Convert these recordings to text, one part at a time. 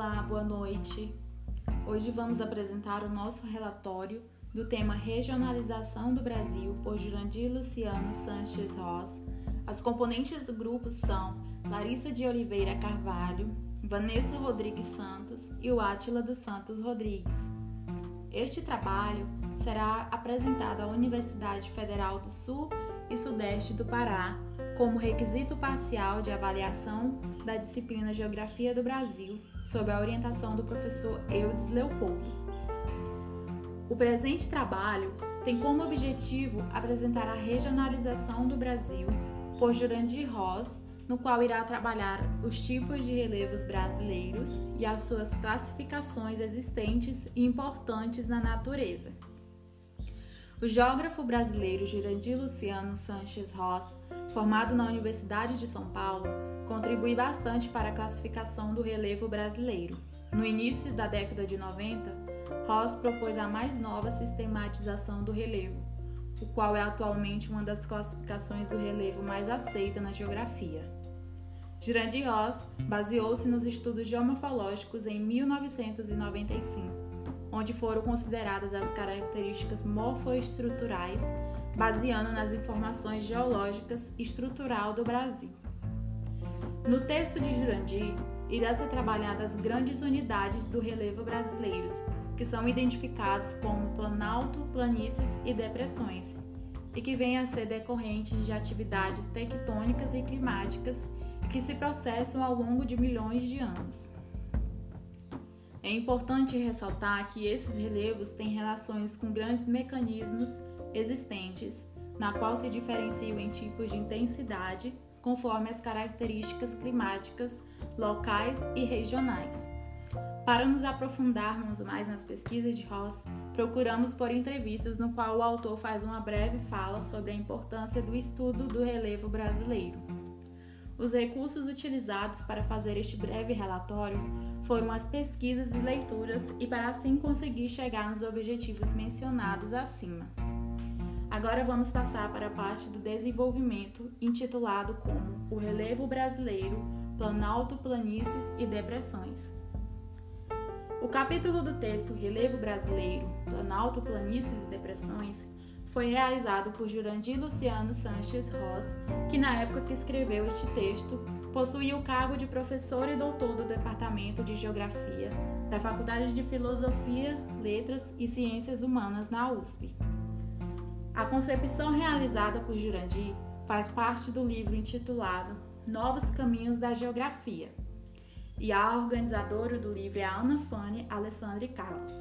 Olá, boa noite. Hoje vamos apresentar o nosso relatório do tema Regionalização do Brasil por Jurandir Luciano Sanches Ross. As componentes do grupo são Larissa de Oliveira Carvalho, Vanessa Rodrigues Santos e o Átila dos Santos Rodrigues. Este trabalho será apresentado à Universidade Federal do Sul e Sudeste do Pará como requisito parcial de avaliação da disciplina Geografia do Brasil, sob a orientação do professor Eudes Leopoldo. O presente trabalho tem como objetivo apresentar a regionalização do Brasil por Jurandir Ross, no qual irá trabalhar os tipos de relevos brasileiros e as suas classificações existentes e importantes na natureza. O geógrafo brasileiro Jurandir Luciano Sanches Ross, formado na Universidade de São Paulo, contribui bastante para a classificação do relevo brasileiro. No início da década de 90, Ross propôs a mais nova sistematização do relevo, o qual é atualmente uma das classificações do relevo mais aceita na geografia. Jurandir Ross baseou-se nos estudos geomorfológicos em 1995, onde foram consideradas as características morfoestruturais, baseando nas informações geológicas e estrutural do Brasil. No texto de Jurandir, irá ser trabalhadas grandes unidades do relevo brasileiros, que são identificados como planalto, planícies e depressões, e que vêm a ser decorrentes de atividades tectônicas e climáticas que se processam ao longo de milhões de anos. É importante ressaltar que esses relevos têm relações com grandes mecanismos existentes, na qual se diferenciam em tipos de intensidade, conforme as características climáticas locais e regionais. Para nos aprofundarmos mais nas pesquisas de Ross, procuramos por entrevistas no qual o autor faz uma breve fala sobre a importância do estudo do relevo brasileiro. Os recursos utilizados para fazer este breve relatório foram as pesquisas e leituras e para assim conseguir chegar nos objetivos mencionados acima. Agora vamos passar para a parte do desenvolvimento, intitulado como O Relevo Brasileiro, Planalto, Planícies e Depressões. O capítulo do texto Relevo Brasileiro, Planalto, Planícies e Depressões foi realizado por Jurandir Luciano Sanches Ross, que na época que escreveu este texto, possuía o cargo de professor e doutor do Departamento de Geografia da Faculdade de Filosofia, Letras e Ciências Humanas na USP. A concepção realizada por Jurandir faz parte do livro intitulado Novos Caminhos da Geografia, e a organizadora do livro é a Ana Fane Alessandri Carlos.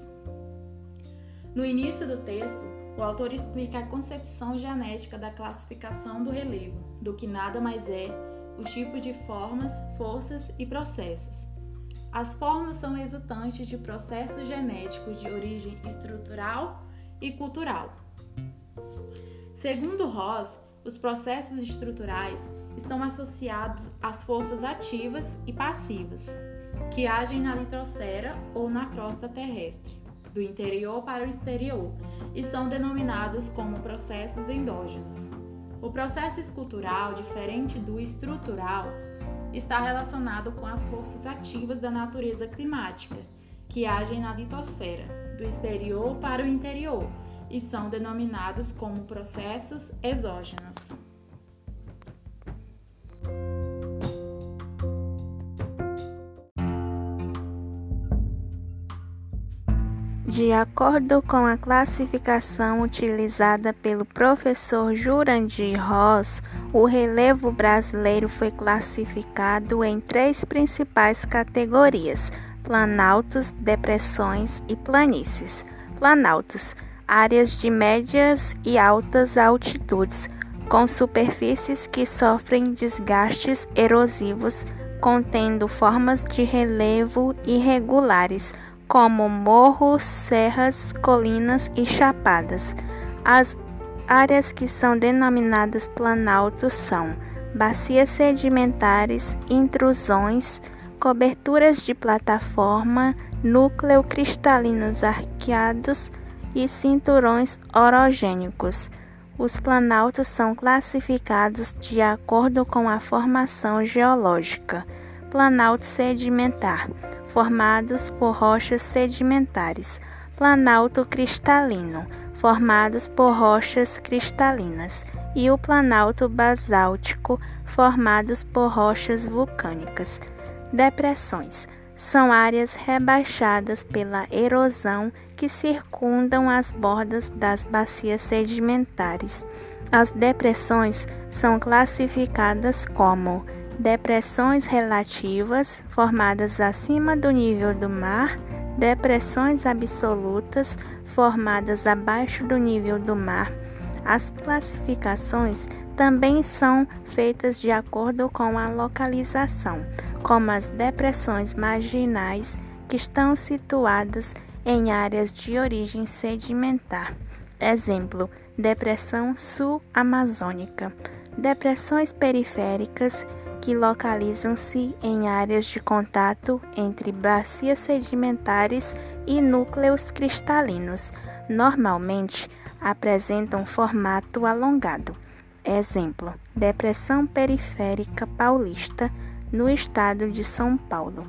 No início do texto, o autor explica a concepção genética da classificação do relevo, do que nada mais é os tipos de formas, forças e processos. As formas são resultantes de processos genéticos de origem estrutural e cultural. Segundo Ross, os processos estruturais estão associados às forças ativas e passivas, que agem na litrosfera ou na crosta terrestre, do interior para o exterior, e são denominados como processos endógenos. O processo escultural, diferente do estrutural, está relacionado com as forças ativas da natureza climática, que agem na litosfera, do exterior para o interior, e são denominados como processos exógenos. De acordo com a classificação utilizada pelo professor Jurandir Ross, o relevo brasileiro foi classificado em 3 principais categorias: planaltos, depressões e planícies. Planaltos: áreas de médias e altas altitudes, com superfícies que sofrem desgastes erosivos, contendo formas de relevo irregulares, como morros, serras, colinas e chapadas. As áreas que são denominadas planaltos são bacias sedimentares, intrusões, coberturas de plataforma, núcleo cristalinos arqueados e cinturões orogênicos. Os planaltos são classificados de acordo com a formação geológica. planalto sedimentar, formados por rochas sedimentares, planalto cristalino, formados por rochas cristalinas, e o planalto basáltico, formados por rochas vulcânicas. Depressões são áreas rebaixadas pela erosão que circundam as bordas das bacias sedimentares. As depressões são classificadas como depressões relativas, formadas acima do nível do mar, depressões absolutas, formadas abaixo do nível do mar. As classificações também são feitas de acordo com a localização, como as depressões marginais, que estão situadas em áreas de origem sedimentar. Exemplo: depressão sul-amazônica. Depressões periféricas, que localizam-se em áreas de contato entre bacias sedimentares e núcleos cristalinos. Normalmente, apresentam formato alongado. Exemplo: depressão periférica paulista, no estado de São Paulo.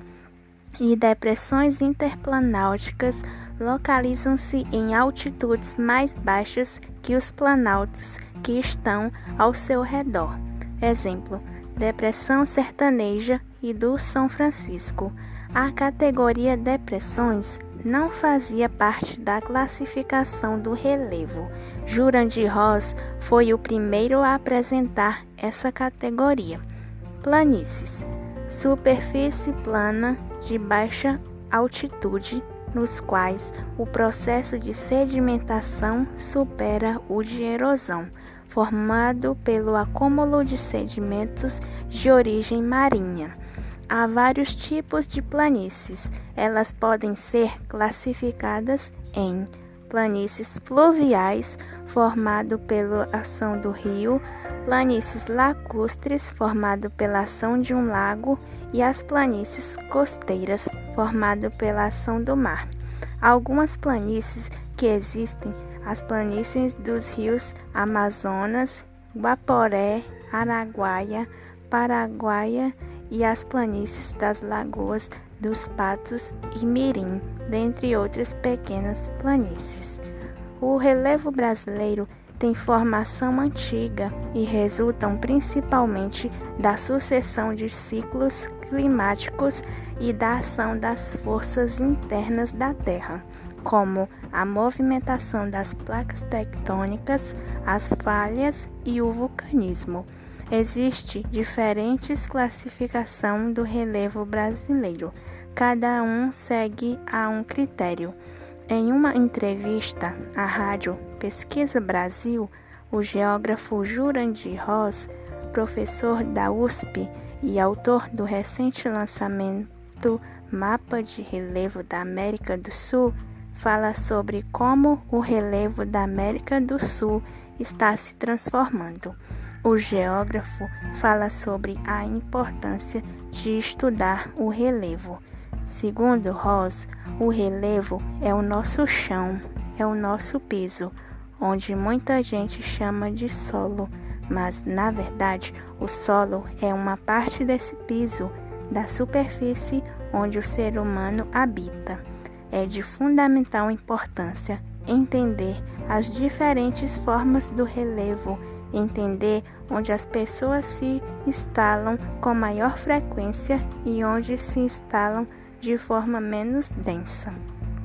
E depressões interplanálticas localizam-se em altitudes mais baixas que os planaltos que estão ao seu redor. Exemplo: depressão sertaneja e do São Francisco. A categoria depressões não fazia parte da classificação do relevo. Jurandir Ross foi o primeiro a apresentar essa categoria. Planícies: superfície plana de baixa altitude, nos quais o processo de sedimentação supera o de erosão, formado pelo acúmulo de sedimentos de origem marinha. Há vários tipos de planícies. Elas podem ser classificadas em planícies fluviais, formado pela ação do rio, planícies lacustres, formado pela ação de um lago, e as planícies costeiras, formado pela ação do mar. Algumas planícies que existem: as planícies dos rios Amazonas, Guaporé, Araguaia, Paraguaia, e as planícies das lagoas dos Patos e Mirim, dentre outras pequenas planícies. O relevo brasileiro tem formação antiga e resultam principalmente da sucessão de ciclos climáticos e da ação das forças internas da Terra, como a movimentação das placas tectônicas, as falhas e o vulcanismo. Existe diferentes classificações do relevo brasileiro. Cada um segue a um critério. Em uma entrevista à rádio Pesquisa Brasil, o geógrafo Jurandir Ross, professor da USP e autor do recente lançamento Mapa de Relevo da América do Sul, fala sobre como o relevo da América do Sul está se transformando. O geógrafo fala sobre a importância de estudar o relevo. Segundo Ross, o relevo é o nosso chão, é o nosso piso, onde muita gente chama de solo, mas, na verdade, o solo é uma parte desse piso, da superfície onde o ser humano habita. É de fundamental importância entender as diferentes formas do relevo, entender onde as pessoas se instalam com maior frequência e onde se instalam de forma menos densa.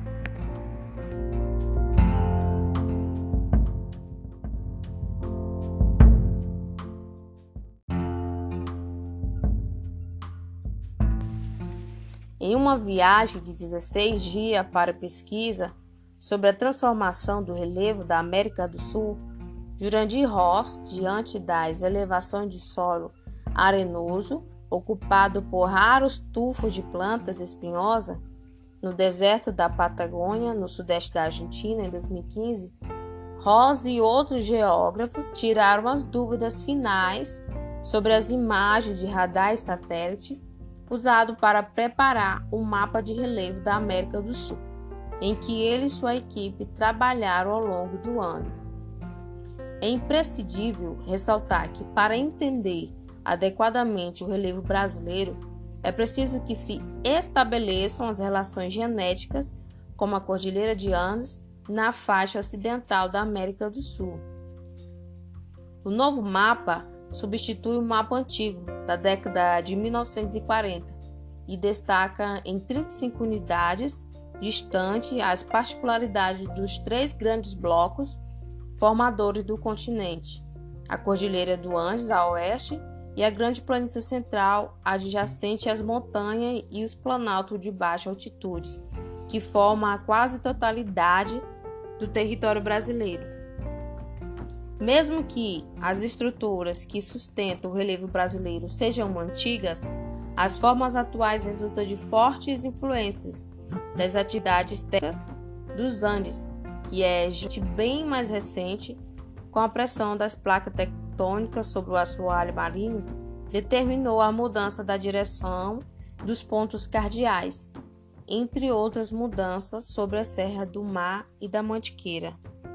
Em uma viagem de 16 dias para pesquisa sobre a transformação do relevo da América do Sul, Jurandir Ross, diante das elevações de solo arenoso, ocupado por raros tufos de plantas espinhosas, no deserto da Patagônia, no sudeste da Argentina, em 2015, Ross e outros geógrafos tiraram as dúvidas finais sobre as imagens de radar e satélites usado para preparar o mapa de relevo da América do Sul, em que ele e sua equipe trabalharam ao longo do ano. É imprescindível ressaltar que, para entender adequadamente o relevo brasileiro, é preciso que se estabeleçam as relações genéticas, como a Cordilheira de Andes, na faixa ocidental da América do Sul. O novo mapa substitui o mapa antigo, da década de 1940, e destaca em 35 unidades, distante as particularidades dos 3 grandes blocos formadores do continente: a Cordilheira do Andes a oeste e a Grande Planície Central adjacente às montanhas e os planaltos de baixa altitude, que formam a quase totalidade do território brasileiro. Mesmo que as estruturas que sustentam o relevo brasileiro sejam antigas, as formas atuais resultam de fortes influências das atividades técnicas dos Andes, que é bem mais recente, com a pressão das placas tectônicas sobre o assoalho marinho, determinou a mudança da direção dos pontos cardeais, entre outras mudanças sobre a Serra do Mar e da Mantiqueira.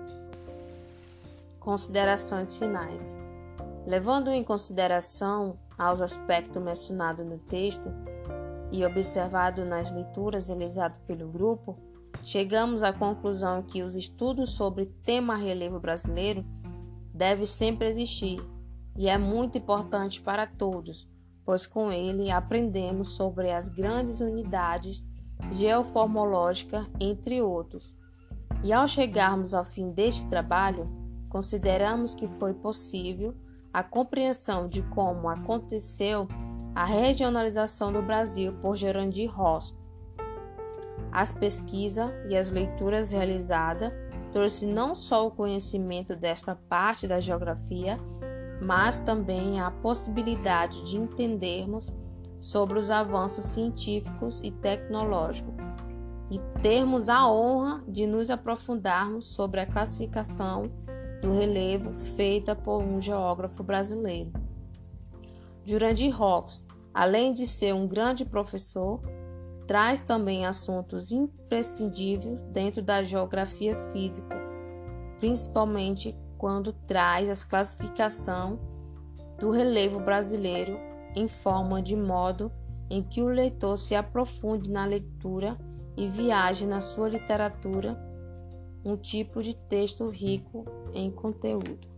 Considerações finais. Levando em consideração aos aspectos mencionados no texto e observado nas leituras realizadas pelo grupo, chegamos à conclusão que os estudos sobre tema relevo brasileiro devem sempre existir e é muito importante para todos, pois com ele aprendemos sobre as grandes unidades geoformológicas, entre outros. E ao chegarmos ao fim deste trabalho, consideramos que foi possível a compreensão de como aconteceu a regionalização do Brasil por Jurandir Ross. As pesquisas e as leituras realizadas trouxe não só o conhecimento desta parte da geografia, mas também a possibilidade de entendermos sobre os avanços científicos e tecnológicos e termos a honra de nos aprofundarmos sobre a classificação do relevo feita por um geógrafo brasileiro. Jurandir Ross, além de ser um grande professor, traz também assuntos imprescindíveis dentro da geografia física, principalmente quando traz a classificação do relevo brasileiro em forma de modo em que o leitor se aprofunde na leitura e viaje na sua literatura, um tipo de texto rico em conteúdo.